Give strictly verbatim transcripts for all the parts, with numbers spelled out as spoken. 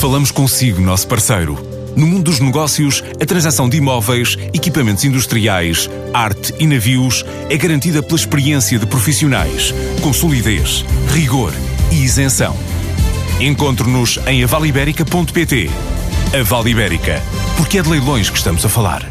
Falamos consigo, nosso parceiro. No mundo dos negócios, a transação de imóveis, equipamentos industriais, arte e navios é garantida pela experiência de profissionais, com solidez, rigor e isenção. Encontre-nos em avaliberica ponto pt. A Vale Ibérica, porque é de leilões que estamos a falar.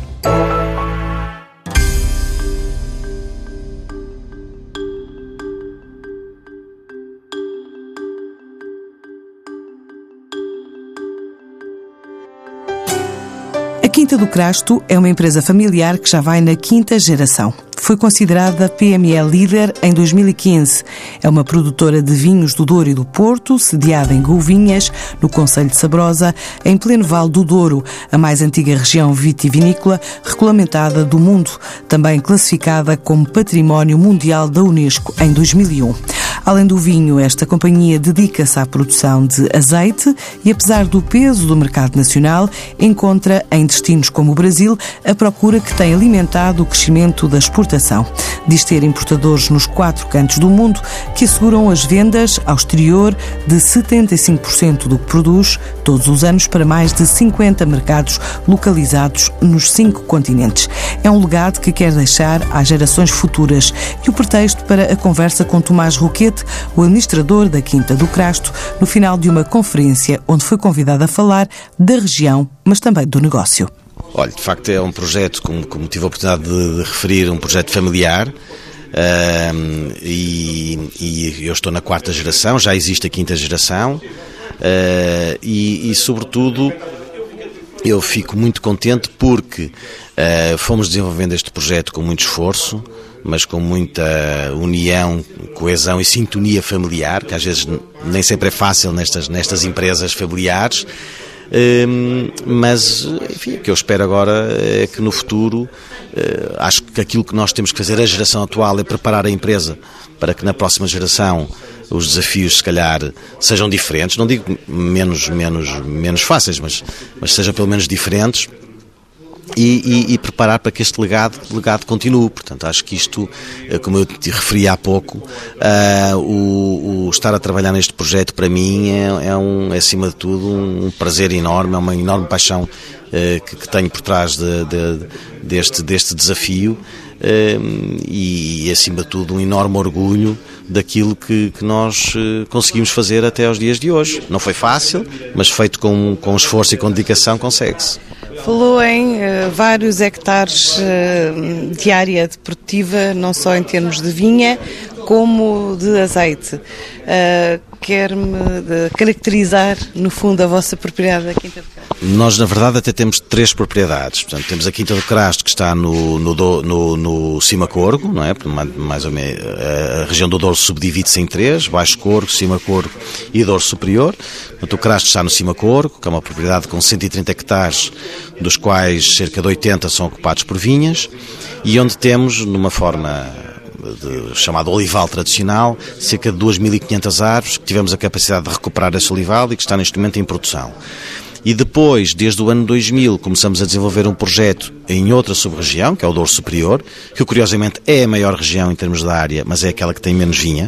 A Quinta do Crasto é uma empresa familiar que já vai na quinta geração. Foi considerada P M E líder em dois mil e quinze. É uma produtora de vinhos do Douro e do Porto, sediada em Gouvinhas, no concelho de Sabrosa, em pleno Vale do Douro, a mais antiga região vitivinícola regulamentada do mundo, também classificada como Património Mundial da Unesco em dois mil e um. Além do vinho, esta companhia dedica-se à produção de azeite e, apesar do peso do mercado nacional, encontra em destinos como o Brasil a procura que tem alimentado o crescimento da exportação. Diz ter importadores nos quatro cantos do mundo que asseguram as vendas ao exterior de setenta e cinco por cento do que produz todos os anos para mais de cinquenta mercados localizados nos cinco continentes. É um legado que quer deixar às gerações futuras e o pretexto para a conversa com Tomás Roquete, o administrador da Quinta do Crasto, no final de uma conferência onde foi convidado a falar da região, mas também do negócio. Olha, de facto é um projeto, como, como tive a oportunidade de, de referir, um projeto familiar uh, e, e eu estou na quarta geração, já existe a quinta geração uh, e, e sobretudo eu fico muito contente porque uh, fomos desenvolvendo este projeto com muito esforço, mas com muita união, coesão e sintonia familiar, que às vezes nem sempre é fácil nestas, nestas empresas familiares, um, mas enfim, o que eu espero agora é que no futuro, uh, acho que aquilo que nós temos que fazer, a geração atual, é preparar a empresa para que na próxima geração os desafios, se calhar, sejam diferentes, não digo menos, menos, menos fáceis, mas, mas sejam pelo menos diferentes. E, e, e preparar para que este legado, legado continue. Portanto, acho que isto, como eu te referi há pouco, uh, o, o estar a trabalhar neste projeto para mim é, é, um, é acima de tudo um prazer enorme, é uma enorme paixão uh, que, que tenho por trás de, de, deste, deste desafio uh, e, e acima de tudo um enorme orgulho daquilo que, que nós uh, conseguimos fazer até aos dias de hoje. Não foi fácil, mas feito com, com esforço e com dedicação consegue-se. Falou em uh, vários hectares uh, de área de produtiva, não só em termos de vinha, como de azeite. Uh, Quer-me caracterizar, no fundo, a vossa propriedade da Quinta do Crasto? Nós, na verdade, até temos três propriedades. Portanto, temos a Quinta do Crasto, que está no, no, no, no Cima Corgo, não é? Mais ou menos, a região do Douro subdivide-se em três: Baixo Corgo, Cima Corgo e Douro Superior. Portanto, o Crasto está no Cima Corgo, que é uma propriedade com cento e trinta hectares, dos quais cerca de oitenta são ocupados por vinhas, e onde temos, numa forma de, chamado olival tradicional, cerca de duas mil e quinhentas árvores, que tivemos a capacidade de recuperar esse olival e que está neste momento em produção. E depois, desde o ano dois mil, começamos a desenvolver um projeto em outra sub-região, que é o Douro Superior, que curiosamente é a maior região em termos de área, mas é aquela que tem menos vinha.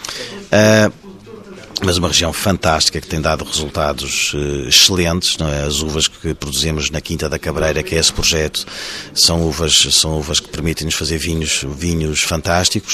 Uh, mas uma região fantástica que tem dado resultados uh, excelentes, não é? As uvas que produzimos na Quinta da Cabreira, que é esse projeto, são uvas, são uvas que permitem-nos fazer vinhos, vinhos fantásticos.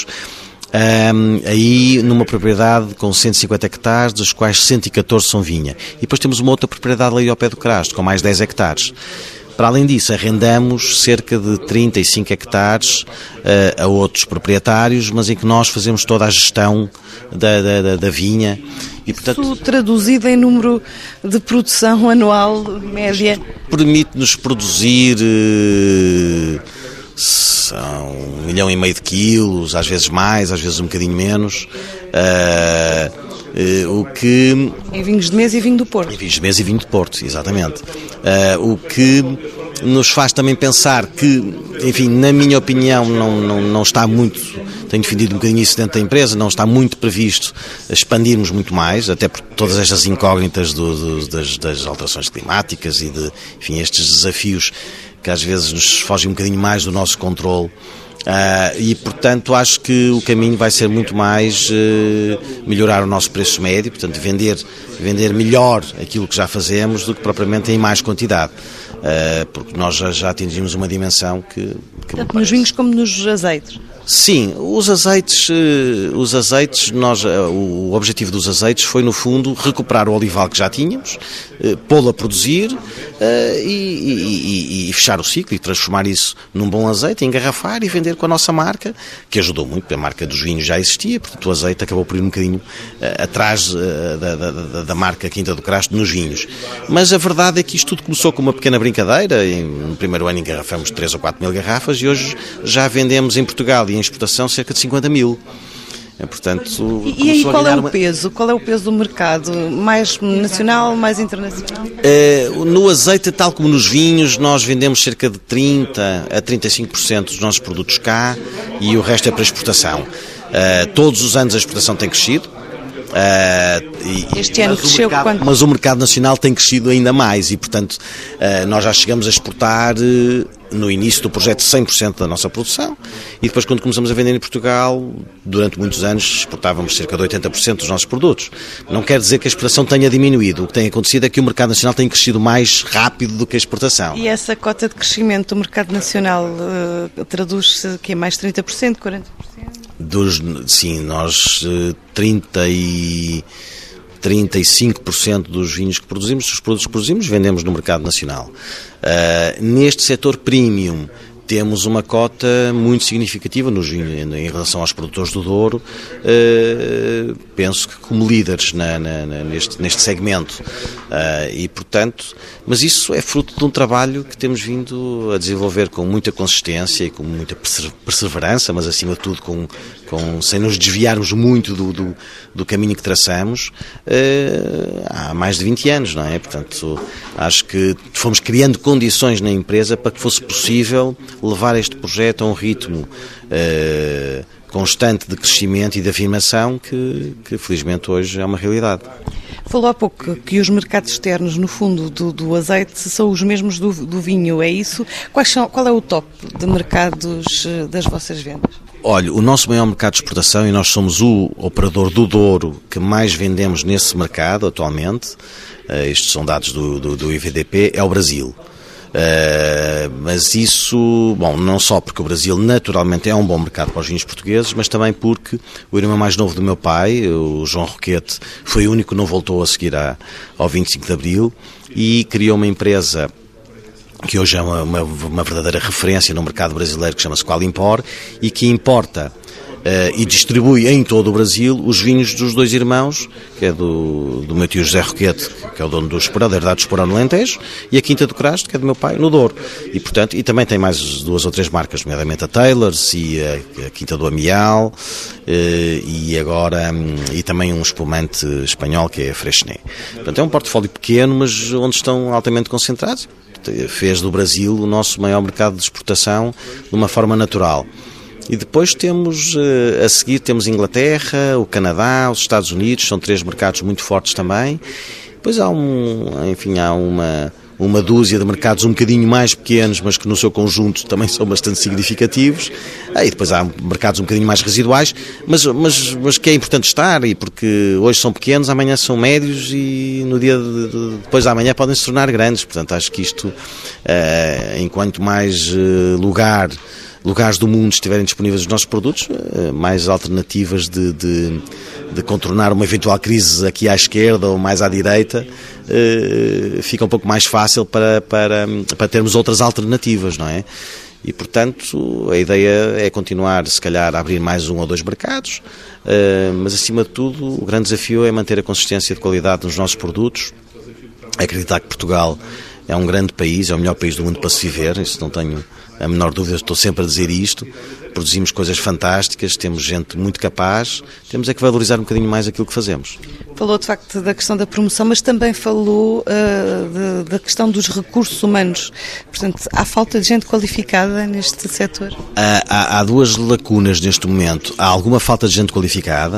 Um, aí numa propriedade com cento e cinquenta hectares, dos quais cento e catorze são vinha. E depois temos uma outra propriedade ali ao pé do Crasto, com mais dez hectares. Para além disso, arrendamos cerca de trinta e cinco hectares uh, a outros proprietários, mas em que nós fazemos toda a gestão da, da, da vinha. E, portanto, isso traduzido em número de produção anual média? Permite-nos produzir uh, são um milhão e meio de quilos, às vezes mais, às vezes um bocadinho menos. Uh, Uh, o que... Em vinhos de mesa e vinho do Porto. Em vinhos de mesa e vinho do Porto, exatamente. Uh, o que nos faz também pensar que, enfim, na minha opinião, não, não, não está muito, tenho defendido um bocadinho isso dentro da empresa, não está muito previsto expandirmos muito mais, até por todas estas incógnitas do, do, das, das alterações climáticas e de, enfim, estes desafios que às vezes nos fogem um bocadinho mais do nosso controle. Uh, e, portanto, acho que o caminho vai ser muito mais uh, melhorar o nosso preço médio, portanto, vender, vender melhor aquilo que já fazemos do que propriamente em mais quantidade, uh, porque nós já, já atingimos uma dimensão que... que Tanto nos vinhos como nos azeites. Sim, os azeites, os azeites nós, o objetivo dos azeites foi, no fundo, recuperar o olival que já tínhamos, pô-lo a produzir e, e, e fechar o ciclo e transformar isso num bom azeite, engarrafar e vender com a nossa marca, que ajudou muito, porque a marca dos vinhos já existia, portanto o azeite acabou por ir um bocadinho atrás da, da, da marca Quinta do Crasto nos vinhos. Mas a verdade é que isto tudo começou com uma pequena brincadeira. No primeiro ano engarrafamos três ou quatro mil garrafas e hoje já vendemos em Portugal e em exportação cerca de cinquenta mil. É, portanto, e aí qual é o uma... peso? Qual é o peso do mercado? Mais nacional, mais internacional? É, no azeite, tal como nos vinhos, nós vendemos cerca de trinta a trinta e cinco por cento dos nossos produtos cá e o resto é para exportação. É, todos os anos a exportação tem crescido. Uh, e, este ano cresceu quanto? Mas o mercado nacional tem crescido ainda mais e, portanto, uh, nós já chegamos a exportar uh, no início do projeto cem por cento da nossa produção e depois, quando começamos a vender em Portugal, durante muitos anos exportávamos cerca de oitenta por cento dos nossos produtos. Não quer dizer que a exportação tenha diminuído. O que tem acontecido é que o mercado nacional tem crescido mais rápido do que a exportação. E essa cota de crescimento do mercado nacional uh, traduz-se que é mais trinta por cento, quarenta por cento? Dos, sim, nós trinta e cinco por cento dos vinhos que produzimos, dos produtos que produzimos, vendemos no mercado nacional. Uh, neste setor premium temos uma cota muito significativa nos, em relação aos produtores do Douro, uh, penso que como líderes na, na, neste, neste segmento. Uh, e, portanto, mas isso é fruto de um trabalho que temos vindo a desenvolver com muita consistência e com muita perseverança, mas acima de tudo com, com, sem nos desviarmos muito do, do, do caminho que traçamos uh, há mais de vinte anos, não é? Portanto, acho que fomos criando condições na empresa para que fosse possível levar este projeto a um ritmo uh, constante de crescimento e de afirmação que, que felizmente hoje é uma realidade. Falou há pouco que os mercados externos, no fundo, do, do azeite são os mesmos do, do vinho, é isso? Quais são, qual é o top de mercados das vossas vendas? Olha, o nosso maior mercado de exportação, e nós somos o operador do Douro que mais vendemos nesse mercado atualmente, uh, estes são dados do, do, do I V D P, é o Brasil. Uh, mas isso, bom, não só porque o Brasil naturalmente é um bom mercado para os vinhos portugueses, mas também porque o irmão mais novo do meu pai, o João Roquete, foi o único que não voltou a seguir a, ao vinte e cinco de Abril e criou uma empresa que hoje é uma, uma, uma verdadeira referência no mercado brasileiro, que chama-se Qualimpor, e que importa Uh, e distribui em todo o Brasil os vinhos dos dois irmãos, que é do, do meu tio José Roquete, que é o dono do Esporão, da herdade do Esporão no Alentejo, e a Quinta do Crasto, que é do meu pai, no Douro. E, portanto, e também tem mais duas ou três marcas, nomeadamente a Taylor's e a, a Quinta do Amial, uh, e agora, um, e também um espumante espanhol, que é a Freixenet. Portanto, é um portfólio pequeno, mas onde estão altamente concentrados. Fez do Brasil o nosso maior mercado de exportação de uma forma natural. E depois temos, a seguir, temos Inglaterra, o Canadá, os Estados Unidos, são três mercados muito fortes também. Depois há, um, enfim, há uma, uma dúzia de mercados um bocadinho mais pequenos, mas que no seu conjunto também são bastante significativos. E depois há mercados um bocadinho mais residuais, mas, mas, mas que é importante estar, e porque hoje são pequenos, amanhã são médios e no dia de, de, depois de amanhã podem se tornar grandes. Portanto, acho que isto, uh, enquanto mais uh, lugar... lugares do mundo estiverem disponíveis os nossos produtos, mais alternativas de, de, de contornar uma eventual crise aqui à esquerda ou mais à direita, fica um pouco mais fácil para, para, para termos outras alternativas, não é? E, portanto, a ideia é continuar, se calhar, a abrir mais um ou dois mercados, mas, acima de tudo, o grande desafio é manter a consistência de qualidade nos nossos produtos, acreditar que Portugal é um grande país, é o melhor país do mundo para se viver, isso não tenho a menor dúvida, estou sempre a dizer isto. Produzimos coisas fantásticas, temos gente muito capaz, temos é que valorizar um bocadinho mais aquilo que fazemos. Falou, de facto, da questão da promoção, mas também falou uh, de, da questão dos recursos humanos. Portanto, há falta de gente qualificada neste setor? Há, há, há duas lacunas neste momento. Há alguma falta de gente qualificada,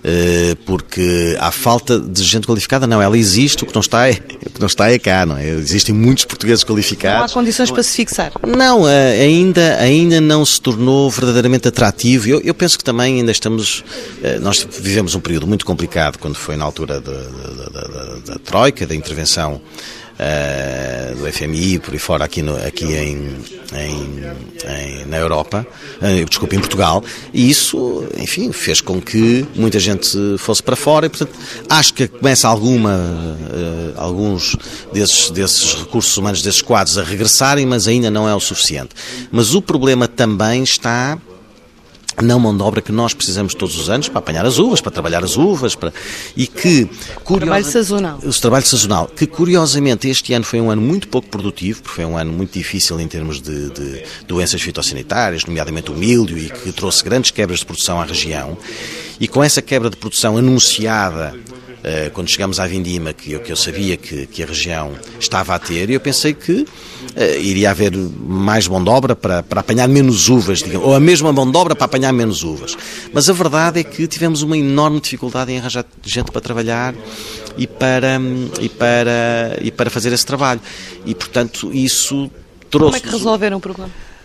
porque há falta de gente qualificada. Não, ela existe, o que não está é, o que não está é cá, não é? Existem muitos portugueses qualificados. Não há condições para se fixar. Não, ainda, ainda não se tornou verdadeiramente atrativo. Eu, eu penso que também ainda estamos... Nós vivemos um período muito complicado quando foi na altura da, da, da, da, da Troika, da intervenção Uh, do F M I, por aí fora, aqui, no, aqui em, em, em, na Europa, uh, desculpa, em Portugal, e isso, enfim, fez com que muita gente fosse para fora, e, portanto, acho que começa alguma, uh, alguns desses, desses recursos humanos, desses quadros, a regressarem, mas ainda não é o suficiente. Mas o problema também está na mão de obra que nós precisamos todos os anos para apanhar as uvas, para trabalhar as uvas, para... e que... O trabalho sazonal. O trabalho sazonal, que curiosamente este ano foi um ano muito pouco produtivo, porque foi um ano muito difícil em termos de, de doenças fitossanitárias, nomeadamente o míldio, e que trouxe grandes quebras de produção à região, e com essa quebra de produção anunciada, Uh, quando chegamos à vindima, que eu, que eu sabia que, que a região estava a ter, eu pensei que uh, iria haver mais mão de obra para, para apanhar menos uvas, digamos, ou a mesma mão de obra para apanhar menos uvas. Mas a verdade é que tivemos uma enorme dificuldade em arranjar gente para trabalhar e para, e para, e para fazer esse trabalho. E, portanto, isso trouxe... Como é que resolveram o problema?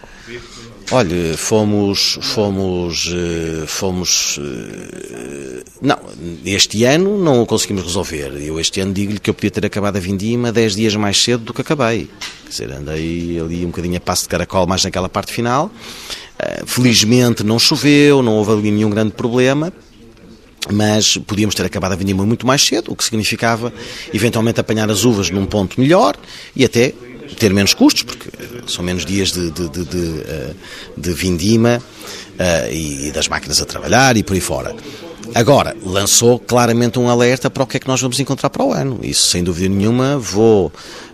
Olha, fomos, fomos, fomos, não, este ano não o conseguimos resolver. Eu este ano digo-lhe que eu podia ter acabado a vindima dez dias mais cedo do que acabei. Quer dizer, andei ali um bocadinho a passo de caracol mais naquela parte final. Felizmente não choveu, não houve ali nenhum grande problema. Mas podíamos ter acabado a vindima muito mais cedo, o que significava eventualmente apanhar as uvas num ponto melhor e até ter menos custos, porque são menos dias de, de, de, de, de vindima uh, e das máquinas a trabalhar e por aí fora. Agora, lançou claramente um alerta para o que é que nós vamos encontrar para o ano. Isso, sem dúvida nenhuma, vou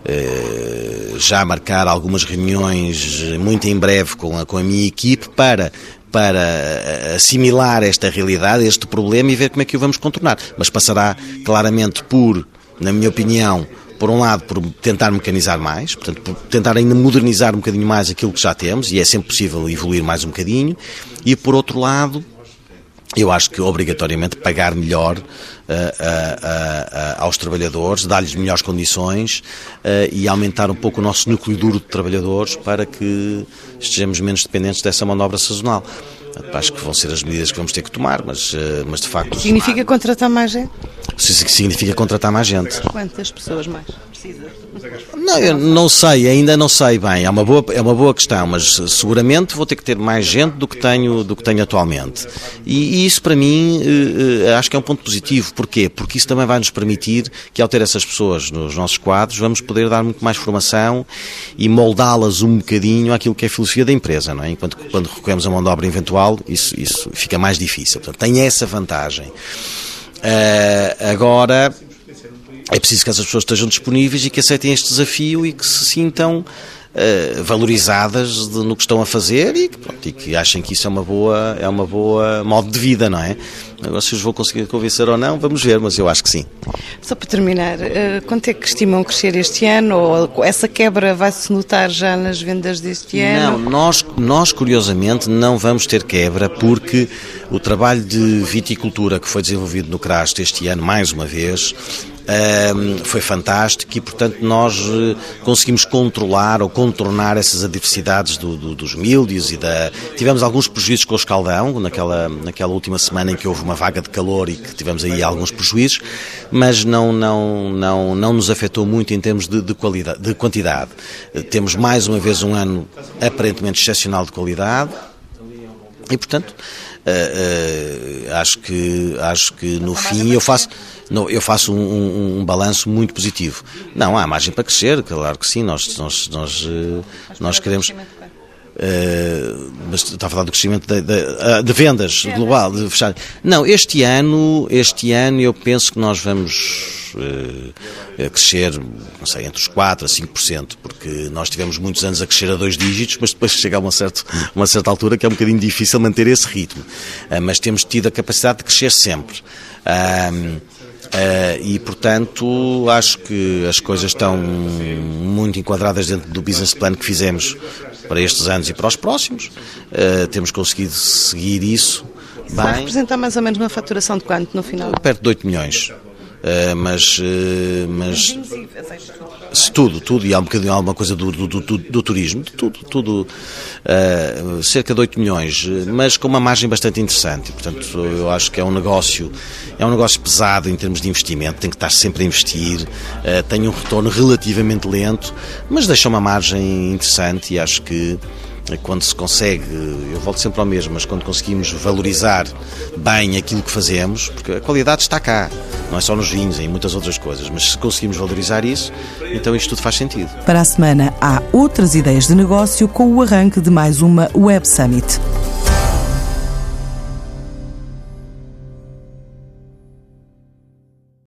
uh, já marcar algumas reuniões muito em breve com a, com a minha equipe para... para assimilar esta realidade, este problema e ver como é que o vamos contornar. Mas passará claramente por, na minha opinião, por um lado, por tentar mecanizar mais, portanto, por tentar ainda modernizar um bocadinho mais aquilo que já temos, e é sempre possível evoluir mais um bocadinho, e por outro lado, eu acho que obrigatoriamente pagar melhor uh, uh, uh, uh, aos trabalhadores, dar-lhes melhores condições uh, e aumentar um pouco o nosso núcleo duro de trabalhadores para que estejamos menos dependentes dessa mão de obra sazonal. Acho que vão ser as medidas que vamos ter que tomar, mas, uh, mas de facto... Significa contratar mais gente? Significa contratar mais gente. Quantas pessoas mais precisa? Não, eu não sei, ainda não sei bem, é uma boa, é uma boa questão, mas seguramente vou ter que ter mais gente do que tenho, do que tenho atualmente. E, e isso para mim uh, acho que é um ponto positivo. Porquê? Porque isso também vai nos permitir que ao ter essas pessoas nos nossos quadros vamos poder dar muito mais formação e moldá-las um bocadinho àquilo que é a filosofia da empresa, não é? Enquanto que quando recorremos a mão de obra eventual isso, isso fica mais difícil. Portanto, tem essa vantagem. Uh, agora... É preciso que essas pessoas estejam disponíveis e que aceitem este desafio e que se sintam uh, valorizadas de, no que estão a fazer e que, pronto, e que achem que isso é uma boa, é uma boa modo de vida, não é? Agora, se os vou conseguir convencer ou não, vamos ver, mas eu acho que sim. Só para terminar, uh, quanto é que estimam crescer este ano? Ou essa quebra vai-se notar já nas vendas deste ano? Não, nós, nós curiosamente não vamos ter quebra porque o trabalho de viticultura que foi desenvolvido no Crasto este ano, mais uma vez, Um, foi fantástico e, portanto, nós uh, conseguimos controlar ou contornar essas adversidades do, do, dos míldios e da... Tivemos alguns prejuízos com o escaldão, naquela, naquela última semana em que houve uma vaga de calor e que tivemos aí alguns prejuízos, mas não, não, não, não nos afetou muito em termos de, de, qualidade, de quantidade. Uh, temos mais uma vez um ano aparentemente excepcional de qualidade e, portanto... Uh, uh, acho que acho que no fim eu faço no, eu faço um, um, um balanço muito positivo. Não há margem para crescer, claro que sim. Nós nós nós, uh, nós queremos. Uh, mas está a falar do crescimento de, de, de vendas global, de fechar. Não, este ano este ano eu penso que nós vamos uh, crescer, não sei, entre os quatro a cinco por cento, porque nós tivemos muitos anos a crescer a dois dígitos, mas depois chega a uma certa, uma certa altura que é um bocadinho difícil manter esse ritmo. Uh, mas temos tido a capacidade de crescer sempre. Uh, Uh, e, portanto, acho que as coisas estão muito enquadradas dentro do business plan que fizemos para estes anos e para os próximos. Uh, temos conseguido seguir isso Vai representar mais ou menos uma faturação de quanto no final? Perto de oito milhões. Uh, mas, uh, mas se tudo, tudo, e há um bocadinho alguma coisa do, do, do, do turismo, tudo, tudo uh, cerca de oito milhões, mas com uma margem bastante interessante. Portanto, eu acho que é um negócio, é um negócio pesado em termos de investimento, tem que estar sempre a investir, uh, tem um retorno relativamente lento, mas deixa uma margem interessante e acho que quando se consegue, eu volto sempre ao mesmo, mas quando conseguimos valorizar bem aquilo que fazemos, porque a qualidade está cá, não é só nos vinhos, é em muitas outras coisas, mas se conseguimos valorizar isso, então isto tudo faz sentido. Para a semana há outras ideias de negócio com o arranque de mais uma Web Summit.